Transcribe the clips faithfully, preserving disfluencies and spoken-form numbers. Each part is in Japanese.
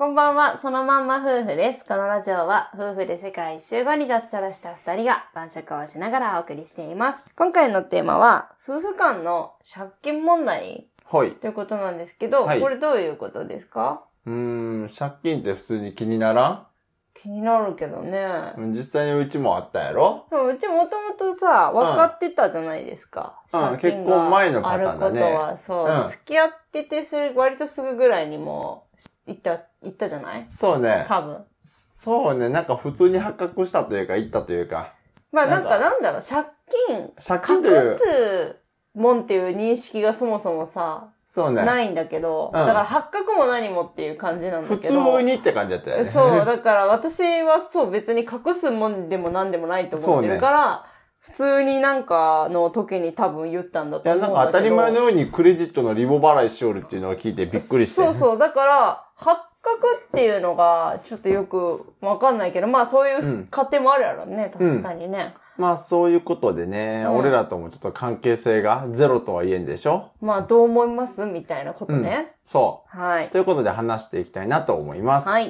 こんばんは、そのまんま夫婦です。このラジオは夫婦で世界一周後に脱サラした二人が晩酌をしながらお送りしています。今回のテーマは夫婦間の借金問題はいということなんですけど、はい、これどういうことですか？ うーん、借金って普通に気にならん？ 気になるけどね。 実際にうちもあったやろ？ でもうちもともとさ、分かってたじゃないですか。 うん、結婚前のパターンだね。 あることは、そう、うん、付き合っててする、割とすぐぐらいにも行った、行ったじゃない？ そうね。 多分。 そうね、なんか普通に発覚したというか、行ったというか。 まあなんかなんだろう、借金、借金という。隠すもんっていう認識がそもそもさ、そうね。ないんだけど、うん、だから発覚も何もっていう感じなんだけど。 普通にって感じだったよね。 そう、だから私はそう別に隠すもんでも何でもないと思ってるから、ね、普通になんかの時に多分言ったんだと思うんだけど。いや、なんか当たり前のようにクレジットのリボ払いしおるっていうのを聞いてびっくりして。 そうそう、だから発覚っていうのがちょっとよくわかんないけど、まあそういう過程もあるやろね、うん、確かにね。 うん、まあそういうことでね、うん、俺らともちょっと関係性がゼロとは言えんでしょ？まあどう思いますみたいなことね、 うん。そう。 はい。 ということで話していきたいなと思います。 はい。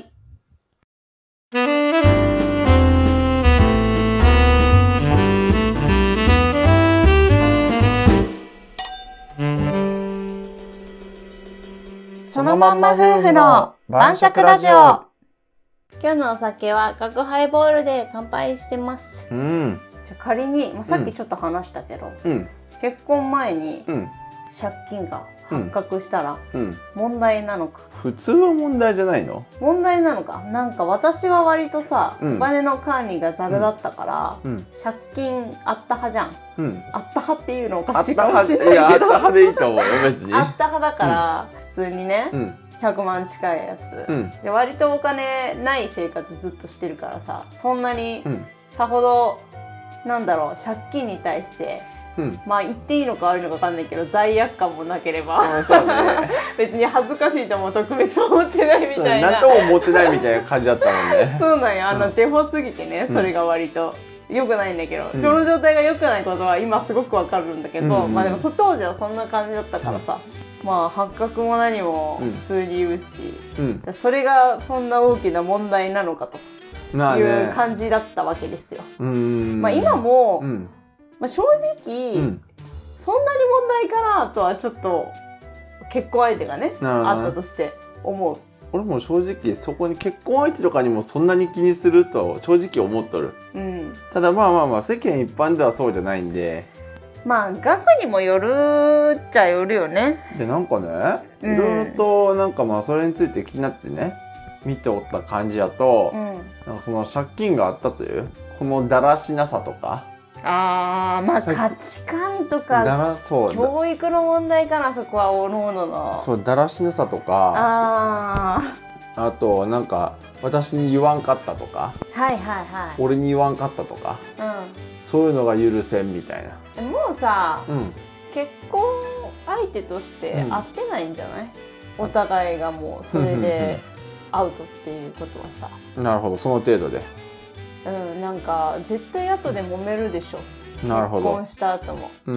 そのまんま夫婦の晩酌ラジオ。今日のお酒は角ハイボールで乾杯してます。 うん。 じゃあ仮に、まあ、さっきちょっと話したけど、うん、結婚前に借金が発覚したら問題なのか、 うんうん、普通は問題じゃないの？ 問題なのか。なんか私は割とさ、うん、お金の管理がザルだったから、うん、借金あった派じゃん、うん、あった派っていうのおかしいかもしれないけど、いやあった派でいいと思うよ別に。 あった派だから、うん、普通にね、うんひゃくまん近いやつ、うん、で割とお金ない生活ずっとしてるからさ、そんなにさほど、うん、なんだろう、借金に対して、うん、まあ言っていいのか悪いのか分かんないけど罪悪感もなければ、ね、別に恥ずかしいとも特別思ってないみたいな、 何とも思ってないみたいな感じだったもんね。 そうなんよ、あのデフォすぎてね、それが割と良くないんだけど、うん、その状態が良くないことは今すごく分かるんだけど、うんうん、まあでも当時はそんな感じだったからさ、うん、まあ発覚も何も普通に言うし、うんうん、それがそんな大きな問題なのかという感じだったわけですよ。まあ、ね、まあ今も、うん、まあ、正直、うん、そんなに問題かなとはちょっと結婚相手がねあったとして思う。 俺も正直そこに結婚相手とかにもそんなに気にすると正直思っとる、うん、ただまあまあまあ世間一般ではそうじゃないんで、 まあ額にもよるっちゃよるよね。 でなんかね、うん、いろいろとなんかまあそれについて気になってね見ておった感じやと、うん、なんかその借金があったというこのだらしなさとか、 あーまあ価値観とかだらそう教育の問題かな、そこはおのおののそうだらしなさとか、ああとなんか私に言わんかったとか、 はいはいはい、 俺に言わんかったとか、うん、そういうのが許せんみたいな。 もうさ、うん、結婚相手として会ってないんじゃない、うん、お互いがもうそれでアウトっていうことはさ。 なるほど、その程度で。 うん、なんか絶対後で揉めるでしょ。 なるほど。 結婚した後も、うん、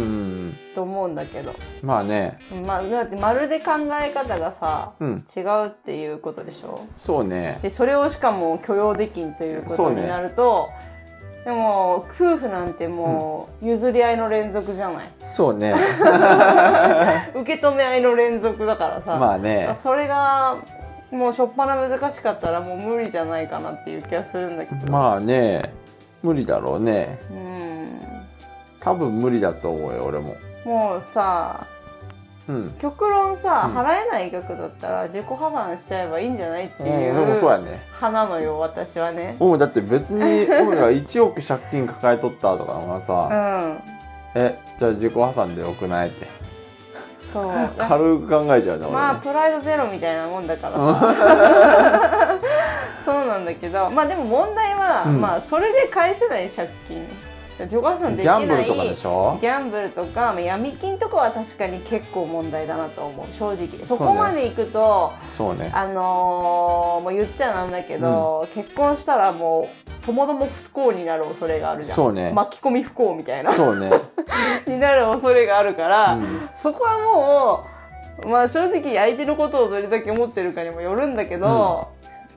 と思うんだけど。 まあね。 まあだってまるで考え方がさ、うん、違うっていうことでしょ。 そうね。 でそれをしかも許容できんということになると、ね、でも夫婦なんてもう譲り合いの連続じゃない。 そうね。 受け止め合いの連続だからさ。 まあね。 それがもうしょっぱな難しかったらもう無理じゃないかなっていう気がするんだけど。 まあね、無理だろうね。うん。多分無理だと思うよ、俺も。もうさ、うん、極論さ、うん、払えない額だったら自己破産しちゃえばいいんじゃないっていう、 うん、でもそうやね。 派なのよ、私はね。 もうだって別に俺がいちおく借金抱えとったとかはさ、うん、え、じゃあ自己破産でよくないって。そう軽く考えちゃうね。 まあプライドゼロみたいなもんだからさ。そうなんだけど、まあでも問題は、うん、まあそれで返せない借金、自己破産できないギャンブルとかでしょ。ギャンブルとか、まあ、闇金とかは確かに結構問題だなと思う、正直。そこまでいくと、 そうね、 あのー、もう言っちゃなんだけど、うん、結婚したらもうともども不幸になる恐れがあるじゃん。 そうね、 巻き込み不幸みたいな。 そうね。 になる恐れがあるから、うん、そこはもう、まあ正直相手のことをどれだけ思ってるかにもよるんだけど、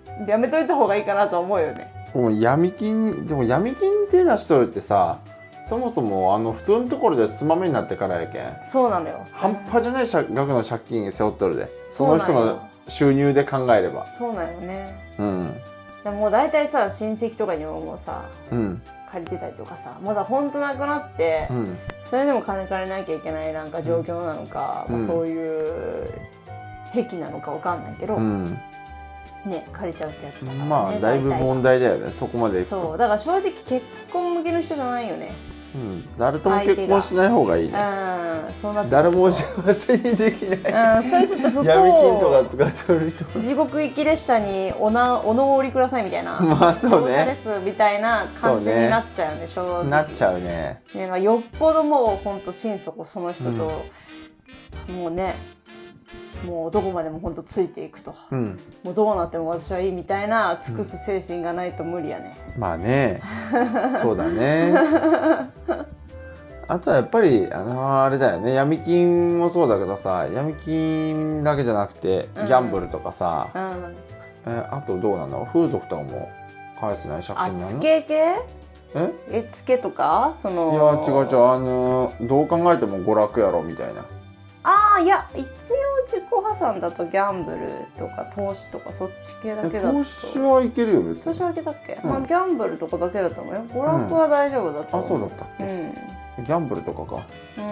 やめといた方がいいかなと思うよね。 もう闇金にでも闇金に手出しとるってさ、そもそもあの普通のところでつまみになってからやけん。 そうなのよ。 半端じゃない額の借金背負っとるで、その人の収入で考えれば。 そうなんよね。 うん。 でももう大体さ、親戚とかにももうさ、 うん、 借りてたりとかさ、まだほんとなくなって、うん、それでも金借りなきゃいけないなんか状況なのか、うん、まあ、そういう癖なのかわかんないけど、うん、ね、借りちゃうってやつだからね。 まあだいぶ問題だよね、そこまでいくと。 そうだから正直結婚向けの人じゃないよね。 うん、誰とも結婚しない方がいいね。うん、そうなって誰も幸せにできない。うん、そういうちょっと不幸。闇金とか使ってる人。地獄行き列車におなお乗りくださいみたいな。まあそうね。ですみたいな感じになっちゃうね、正直。 なっちゃうね。 ね、まあよっぽどもう本当心底その人と、うん、もうね。もうどこまでも本当ついていくと、うん、もうどうなっても私はいいみたいな尽くす精神がないと無理やね、 うん、まあねそうだねあとはやっぱりあのあれだよね、闇金もそうだけどさ、闇金だけじゃなくてギャンブルとかさ、うんうん、えあとどうなの、風俗とかも返せない借金なの？ あ、つけ系？ええつけとかそのいや違う違う、あのどう考えても娯楽やろみたいな。 ああ、いや一応自己破産だとギャンブルとか投資とかそっち系だけだと。 投資はいけるよ別に。 投資はいけたっけ、うん、まあギャンブルとかだけだと思うよ。娯楽は大丈夫だと思う、 うん、あ、そうだったっけ、うんギャンブルとかか、 うん、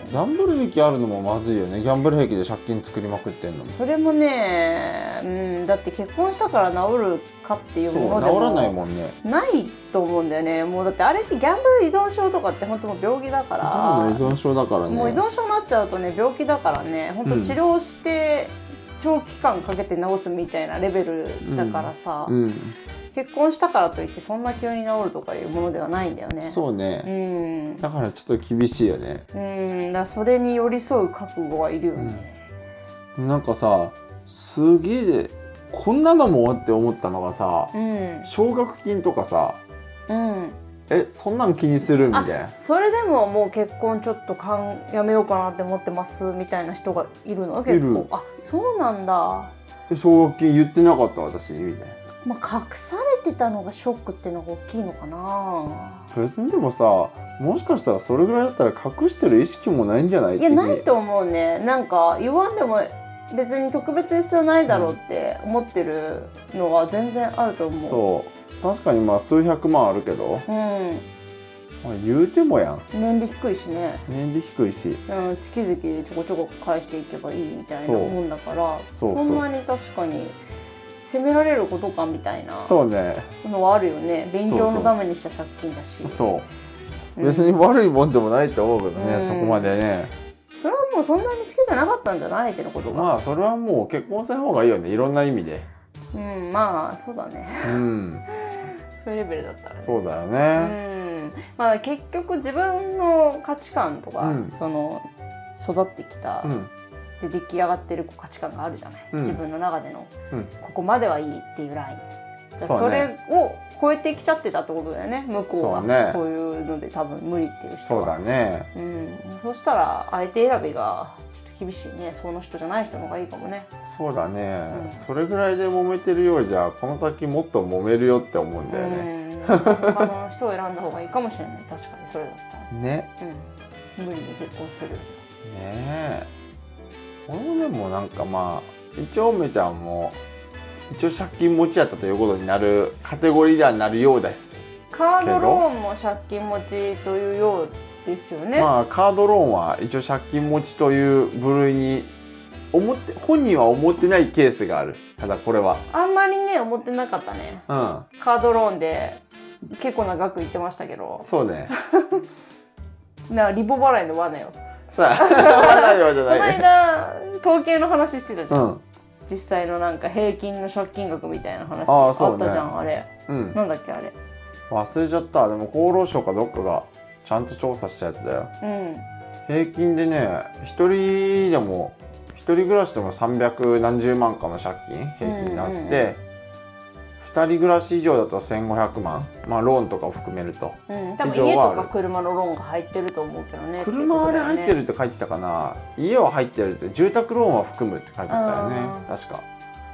ギャンブル癖あるのもまずいよね。ギャンブル癖で借金作りまくってんのも。 それもね、うん、だって結婚したから治るかっていうものでも治らないもんね。 ないと思うんだよね。もうだってあれってギャンブル依存症とかって本当もう病気だから。 ただの依存症だからね。 もう依存症になっちゃうとね病気だからね、本当治療して長期間かけて治すみたいなレベルだからさ、うんうん、結婚したからといってそんな急に治るとかいうものではないんだよね。 そうね、うん、だからちょっと厳しいよね。 うん、だからそれに寄り添う覚悟はいるよね、 うん、なんかさすげえこんなのもって思ったのがさ、うん、奨学金とかさ、うん、えそんなん気にするみたいな。 それでももう結婚ちょっとかんやめようかなって思ってますみたいな人がいるの結構。あ、そうなんだ。 奨学金言ってなかった私みたいな。 まあ、隠されてたのがショックっていうのが大きいのかな。 別にでもさ、もしかしたらそれぐらいだったら隠してる意識もないんじゃない？ いやないと思うね。なんか言わんでも別に特別必要ないだろうって思ってるのは全然あると思う。 そう確かにまあ数百万あるけど、うん、まあ、言うてもやん。 年利低いしね。 年利低いし、 うん、月々でちょこちょこ返していけばいいみたいなもんだから、そ, そんなに確かに責められることかみたいなのはあるよね。勉強のためにした借金だし。 そう、うん、別に悪いもんでもないと思うけどね、うん、そこまでね。 それはもうそんなに好きじゃなかったんじゃないってのことが。 まあそれはもう結婚せん方がいいよね、いろんな意味で。 うん、まあそうだね、うん、そういうレベルだったらね。 そうだよね、 うん、まあ結局自分の価値観とか、うん、その育ってきた、うん、で出来上がってる価値観があるじゃない、うん、自分の中での、うん、ここまではいいっていうライン、そ, それを超えてきちゃってたってことだよね、向こうは。 そう,、ね、そういうので多分無理っていう人は。 そうだね、 うん、そしたら相手選びがちょっと厳しいね。その人じゃない人の方がいいかもね。 そうだね、うん、それぐらいで揉めてるようじゃこの先もっと揉めるよって思うんだよね。 うん、他の人を選んだ方がいいかもしれない。確かにそれだったらね、 うん、無理に結婚するねえ。俺もでもなんかまあ一応梅ちゃんも一応借金持ちやったということになるカテゴリーではなるようです。 カードローンも借金持ちというようですよね。 まあカードローンは一応借金持ちという部類に思って本人は思ってないケースがある。ただこれはあんまりね思ってなかったね、うん、カードローンで結構な額言ってましたけど。 そうねなリボ払いの罠よ。 そうや罠よじゃない、 ね、この間統計の話してたじゃん、うん、実際のなんか平均の借金額みたいな話あったじゃん。 あ, あれ、うん、なんだっけあれ忘れちゃった。でも厚労省かどっかがちゃんと調査したやつだよ、うん、平均でね一人でも一人暮らしでもさんびゃくなんじゅうまんかの借金平均になって、うんうん、ふたり暮らし以上だとせんごひゃくまん、まあローンとかを含めると、うん、 多分家とか車のローンが入ってると思うけどね。 車あれ入ってるって書いてたかな。家は入ってるって住宅ローンは含むって書いてたよね確か。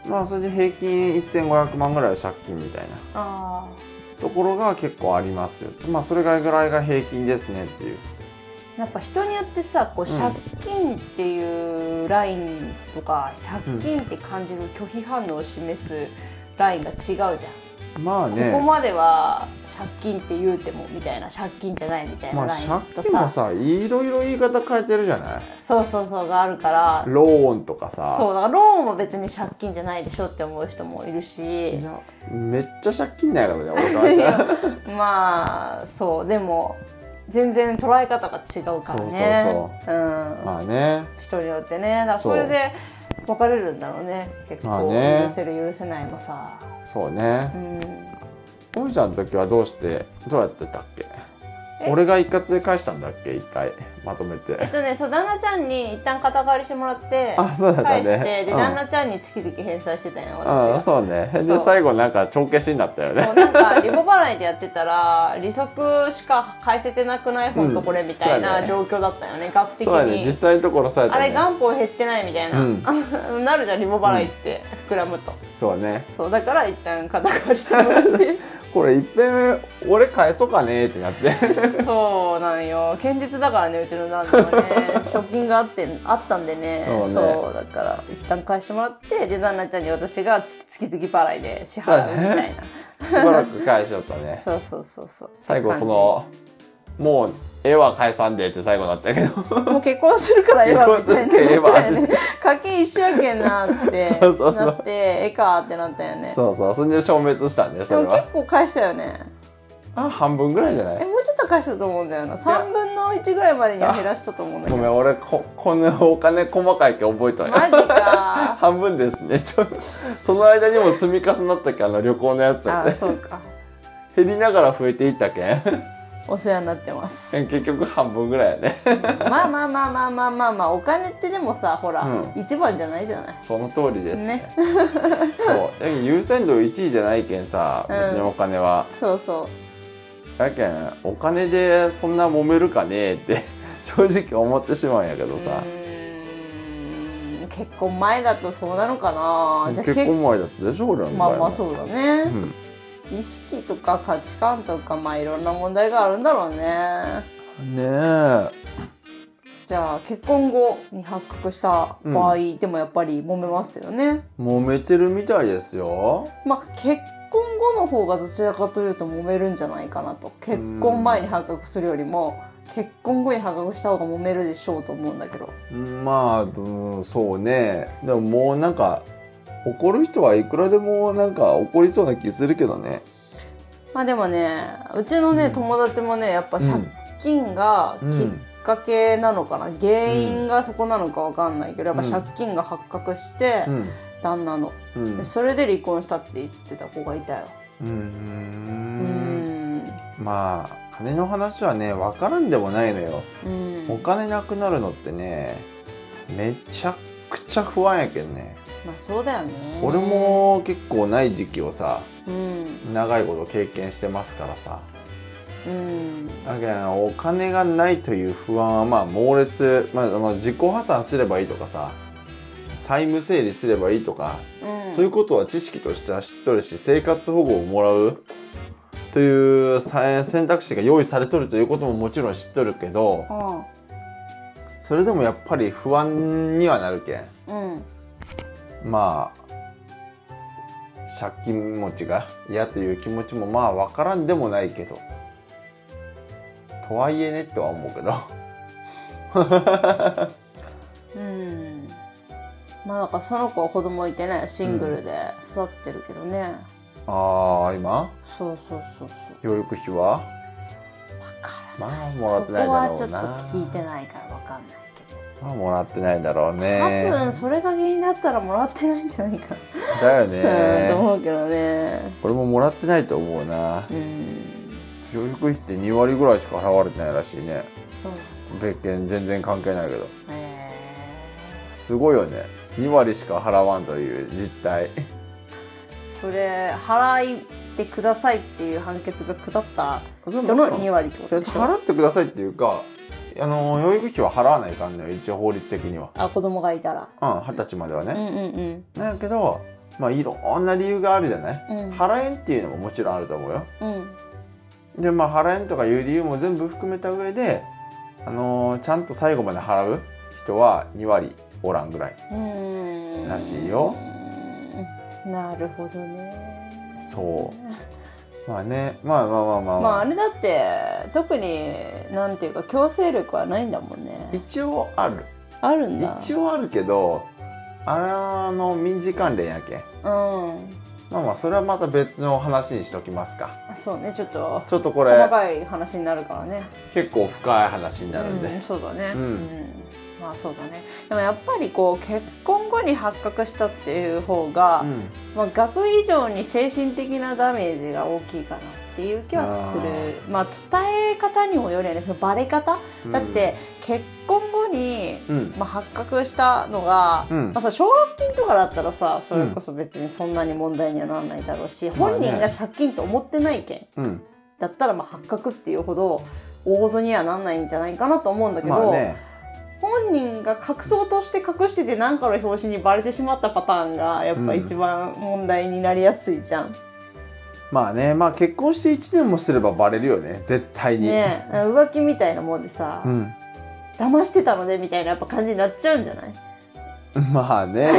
まあそれで平均せんごひゃくまんぐらい借金みたいなところが結構ありますよ。まあそれぐらいが平均ですねっていう。 やっぱ人によってさ、こう借金っていうラインとか、うん、借金って感じる拒否反応を示すラインが違うじゃん。 まあね、 ここまでは借金って言うてもみたいな、借金じゃないみたいなラインとさ、まあ、 借金もさいろいろ言い方変えてるじゃない。 そうそうそうがあるから、 ローンとかさ、 そうだからローンも別に借金じゃないでしょって思う人もいるし、いやめっちゃ借金だよね俺からしたらまあそうでも全然捉え方が違うからね。そうそうそう、うん、まあね、人によってね。だからそれで分かれるんだろうね結構、まあね、許せる許せないもさ。 そうね。うん。おみちゃんの時はどうしてどうやってたっけ？俺が一括で返したんだっけ一回まとめて。 えっとね、そう旦那ちゃんに一旦肩代わりしてもらって、 あ、そうだったね、 返して、で、うん、旦那ちゃんに月々返済してたよ私が。あ、そうね。で最後なんか帳消しになったよね。 そうなんかリボ払いでやってたら利息しか返せてなくないほんとこれみたいな状況だったよね、額的に。そうだね、 実際のところそうやったね。 あれ元本減ってないみたいな、うん、なるじゃんリボ払いって膨らむと、うん、 そうね。 そうだから一旦肩代わりしてもらってこれいっぺん俺返そうかねってなってそうなんよ、堅実だからねうちの旦那はね貯金があってあったんでね、そうね、そうだから一旦返してもらって、で旦那ちゃんに私が月々払いで支払うみたいな、ね、 しばらく返しよったねそうそうそうそう、 最後そのもう絵は返さんでって最後だったけどもう結婚するから絵はみたいななったよね家計一緒やけんなってそうそうそうなって絵かってなったよね。 そうそう、それで消滅したんで、それは。 でも結構返したよね。 あ、半分ぐらいじゃない？ え、もうちょっと返したと思うんだよな。さんぶんのいちぐらいまでには減らしたと思うんだけど。 ごめん、俺ここのお金細かいけ覚えとんや。 マジか半分ですね。ちょっとその間にも積み重なったけ、あの旅行のやつやね。あ、そうか。 減りながら増えていったけんお世話になってます。 結局半分ぐらいやねまあまあまあまあまあまあまあ、お金ってでもさ、ほら、うん、一番じゃないじゃない。 その通りですね。そう優先度いちいじゃないけんさ、別にお金は、 うん、そうそうだけんお金でそんな揉めるかねって正直思ってしまうんやけどさ。 うーん、結婚前だとそうなのかな。 じゃ結婚前だったでしょ俺の場合は。 まあまあそうだね、うん意識とか価値観とか、まあいろんな問題があるんだろうね。 ねえ。 じゃあ結婚後に発覚した場合、うん、でもやっぱり揉めますよね。 揉めてるみたいですよ。 まあ結婚後の方がどちらかというと揉めるんじゃないかなと。結婚前に発覚するよりも結婚後に発覚した方が揉めるでしょうと思うんだけど。 まあ、うん、そうね。でももうなんか怒る人はいくらでもなんか怒りそうな気するけどね。 まあでもね、うちのね、うん、友達もねやっぱ借金がきっかけなのかな、うん、原因がそこなのかわかんないけど、やっぱ借金が発覚して、うん、旦那の、うん、でそれで離婚したって言ってた子がいたよ。うーん、 うんまあ金の話はね分からんでもないのよ、うん、お金なくなるのってねめちゃくちゃ不安やけんね。 まあそうだよね。 俺も結構ない時期をさ、うん、長いこと経験してますからさ、うん、だけどお金がないという不安はまあ猛烈、まあ、まあ自己破産すればいいとかさ債務整理すればいいとか、うん、そういうことは知識としては知っとるし、生活保護をもらうという選択肢が用意されとるということももちろん知っとるけど、うん、それでもやっぱり不安にはなるけん、うんまあ借金持ちが嫌という気持ちもまあ分からんでもないけど、とはいえねっては思うけどうんまあだからその子は子供いてねシングルで育ててるけどね、 うん、ああ今そうそうそうそう養育費は分からない、 まあもらってないだろうな。 そこはちょっと聞いてないから分かんない。 まあ、もらってないだろうね。 多分それが原因だったらもらってないんじゃないかだよねと思うけどね。 俺ももらってないと思うな。うん養育費ってにわりぐらいしか払われてないらしいね。そう別件全然関係ないけど、へーすごいよね。にわりしか払わんという実態。 それ払ってくださいっていう判決が下った人のにわりってことでしょ。 払ってくださいっていうかあの養育費は払わないかんのよ一応法律的には。 あ子供がいたらうん二十歳まではね。うんうんうん。だけどまあいろんな理由があるじゃない、 うん、 払えんっていうのももちろんあると思うよ、 うん、 でまあ払えんとかいう理由も全部含めた上で、あのー、ちゃんと最後まで払う人はにわりおらんぐらいらしいよ。 なるほどね。 そうまあね、まあまあまあまあまああれだって特になんていうか強制力はないんだもんね。 一応あるあるんだ。 一応あるけど、あの民事関連やけん、うん、まあまあそれはまた別の話にしときますか。 そうね、ちょっとちょっとこれ細かい話になるからね。 結構深い話になるんで、 うん、そうだね、 うん、うん、 まあそうだね。でもやっぱりこう結婚後に発覚したっていう方が、うん、まあ、額以上に精神的なダメージが大きいかなっていう気はする。あ、まあ伝え方にもよるよね、そのバレ方、うん、だって結婚後に、うん、まあ、発覚したのが、うん、まあ、奨学金とかだったらさ、それこそ別にそんなに問題にはならないだろうし、うん、本人が借金と思ってないけん、うん、だったらまあ発覚っていうほど大事にはなんないんじゃないかなと思うんだけど、まあね、本人が隠そうとして隠してて何かの拍子にバレてしまったパターンがやっぱ一番問題になりやすいじゃん、うん、 まあね、まあ結婚していちねんもすればバレるよね、絶対にね。浮気みたいなもんでさ、うん、騙してたのでみたいなやっぱ感じになっちゃうんじゃない？ まあね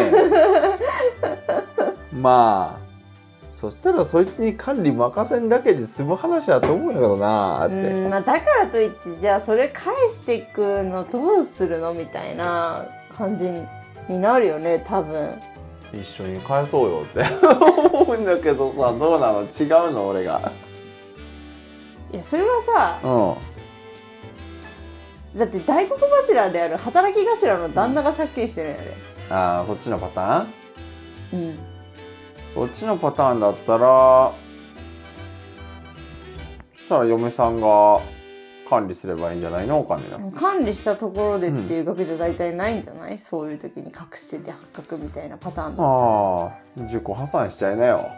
まあそしたらそいつに管理任せんだけで済む話だと思うんやけどなって。 うん、まあ、だからといってじゃあそれ返していくのどうするのみたいな感じになるよね、多分。 一緒に返そうよって思うんだけどさ、どうなの？違うの俺が。 いやそれはさ、うん、だって大黒柱である働き頭の旦那が借金してるんやで、 うん、ああそっちのパターン？ うん、 そっちのパターンだったら、そしたら嫁さんが管理すればいいんじゃないの、お金の。 管理したところでっていう額じゃ大体ないんじゃない、うん、そういう時に隠してて発覚みたいなパターンだったら。 ああ、自己破産しちゃいなよ。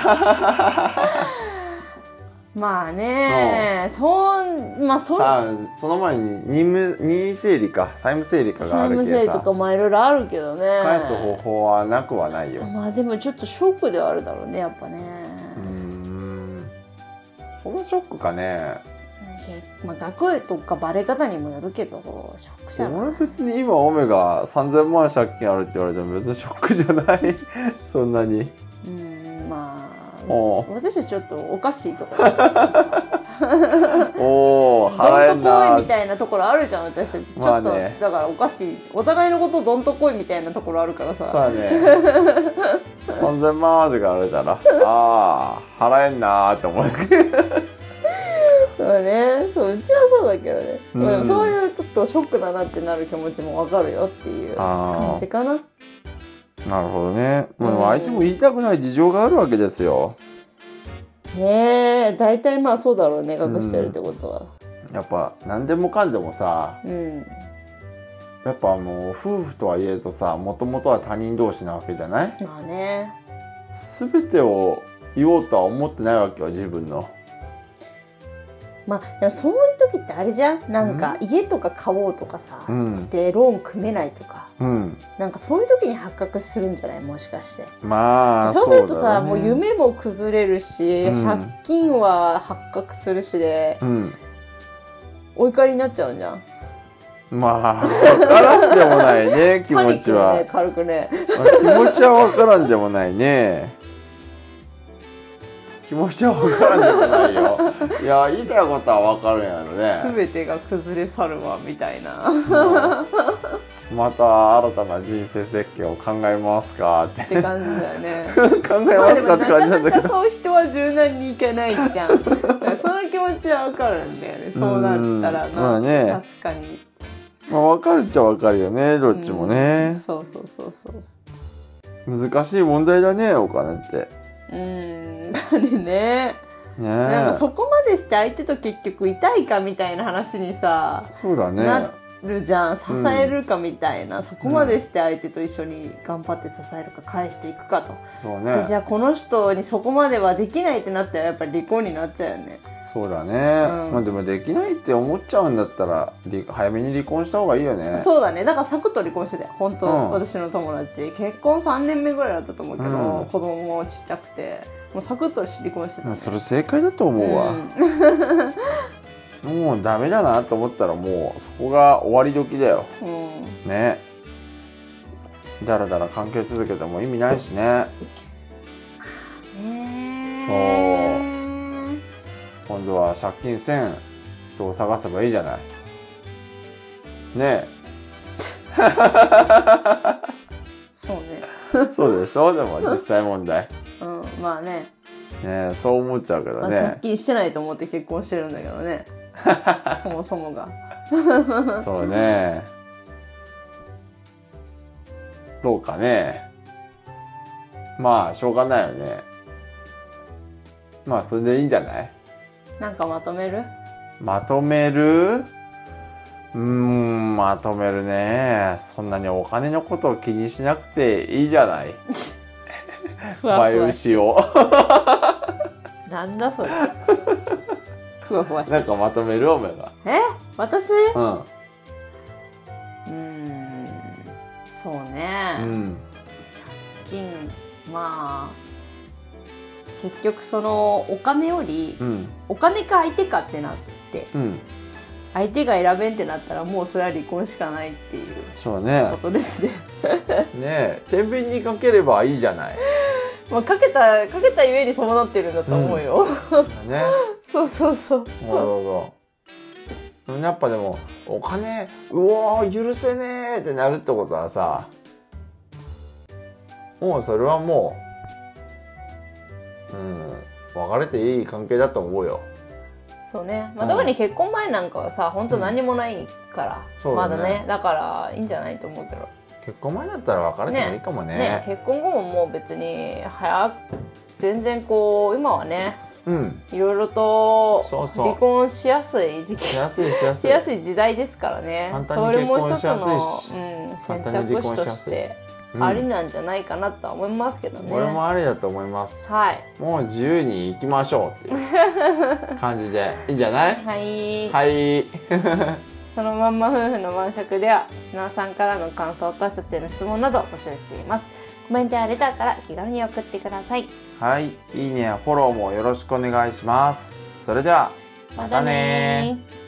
まあね、うん、そう、まあそう。 さあ、その前に任務、任意整理か、債務整理かがあるけどさ。 債務整理とかまあいろいろあるけどね。 返す方法はなくはないよ。 まあでもちょっとショックではあるだろうね、やっぱね。 うーん。そのショックかね。 まあ額とかバレ方にもよるけど、ショックじゃない。 俺別に今オメがさんぜんまん借金あるって言われても別にショックじゃないそんなに。 うん、まあ。私はちょっとおかしいところおー払えんなどんとこいみたいなところあるじゃん、私たち、まあね、ちょっとだからおかしい、お互いのことどんとこいみたいなところあるからさ、 そうねさんぜんまんとかあるから、ああ払えんなーって思うそうね、そう、うちはそうだけどね、うん、でもそういうちょっとショックだなってなる気持ちもわかるよっていう感じかな。 なるほどね。もう相手も言いたくない事情があるわけですよ。 ねえ、大体まあそうだろうね、隠してるってことは。 うん、やっぱ何でもかんでもさ、うん、やっぱもう夫婦とはいえどさ、もともとは他人同士なわけじゃない？ まあね。 全てを言おうとは思ってないわけよ、自分の。 まあ、でもそういう時ってあれじゃん、なんか家とか買おうとかさ、うん、してローン組めないとか、うん、なんかそういう時に発覚するんじゃない、もしかして。 まあそうするとさ、もう夢も崩れるし、うん、借金は発覚するしで、うん、お怒りになっちゃうんじゃん。 まあ分からんでもないね気持ちは、 ね、軽くね気持ちは分からんでもないね気持ちは分からんでもないよ。いや言いたいことは分かるんやろね。 全てが崩れ去るわみたいな、 うん、また新たな人生設計を考えますかってって感じだよね考えますかって感じなんだけど、なかなかそういう人は柔軟にいけないじゃんその気持ちは分かるんだよね、そうなったらな、まあね、確かに、 まあ、分かるっちゃ分かるよね、どっちもね、 うん、そうそうそうそう、 難しい問題だね、お金って。 うーん、金ね。なんかそこまでして相手と結局痛いかみたいな話にさ、 そうだね、 なっるじゃん、支えるかみたいな、うん、そこまでして相手と一緒に頑張って支えるか返していくかと。 そうね。 でじゃあこの人にそこまではできないってなったらやっぱり離婚になっちゃうよね。 そうだね、うん、まあでもできないって思っちゃうんだったら早めに離婚した方がいいよね。 そうだね。だからサクッと離婚してたよ本当、うん、私の友達結婚さんねんめぐらいだったと思うけど、うん、子供もちっちゃくてもうサクッと離婚してた、ね、 それ正解だと思うわ、うん、もうダメだなと思ったらもうそこが終わり時だよ、うん、ね。だらだら関係続けても意味ないしね。そう今度は借金せん人を探せばいいじゃないねえそうねそうでしょ。でも実際問題うんまあねねえそう思っちゃうけどね、 まあ、借金してないと思って結婚してるんだけどねそもそもがそうねどうかね。まあしょうがないよね。まあそれでいいんじゃない。 なんかまとめるまとめるうーんまとめるね。そんなにお金のことを気にしなくていいじゃないふわふわし前牛をなんだそれふわふわしなんかまとめるおめがえ私うんうーんそうね、うん、借金まあ結局そのお金より、うん、お金か相手かってなって、うん、相手が選べんってなったらもうそれは離婚しかないっていうことですね。 ねえ天秤にかければいいじゃない。 まあかけたかけたゆえにそうなってるんだと思うよ。うん、ね。そうそうそう。 なるほど。やっぱでもお金うおー許せねえってなるってことはさ、もうそれはもう。うん、別れていい関係だと思うよ。 そうね、まあ、特に結婚前なんかはさ、うん、本当何もないから、うん、まだねだからいいんじゃないと思うけど。 結婚前だったら別れてもいいかもね。 ねね結婚後ももう別に早く全然こう今はね、うん、いろいろと離婚しやすい時期しやすいしやすいしやすい時代ですからね。 簡単に結婚しやすいし、 それも一つの、うん、選択肢としてありなんじゃないかなとは思いますけどね。 俺もありだと思います。 はい。 もう自由に行きましょうっていう感じでいいんじゃない？ はい。 はい。 そのまんま夫婦の晩酌ではリスナーさんからの感想、私たちへの質問などを募集しています。コメントやレターから気軽に送ってください。 はい。いいねやフォローもよろしくお願いします。それではまたね。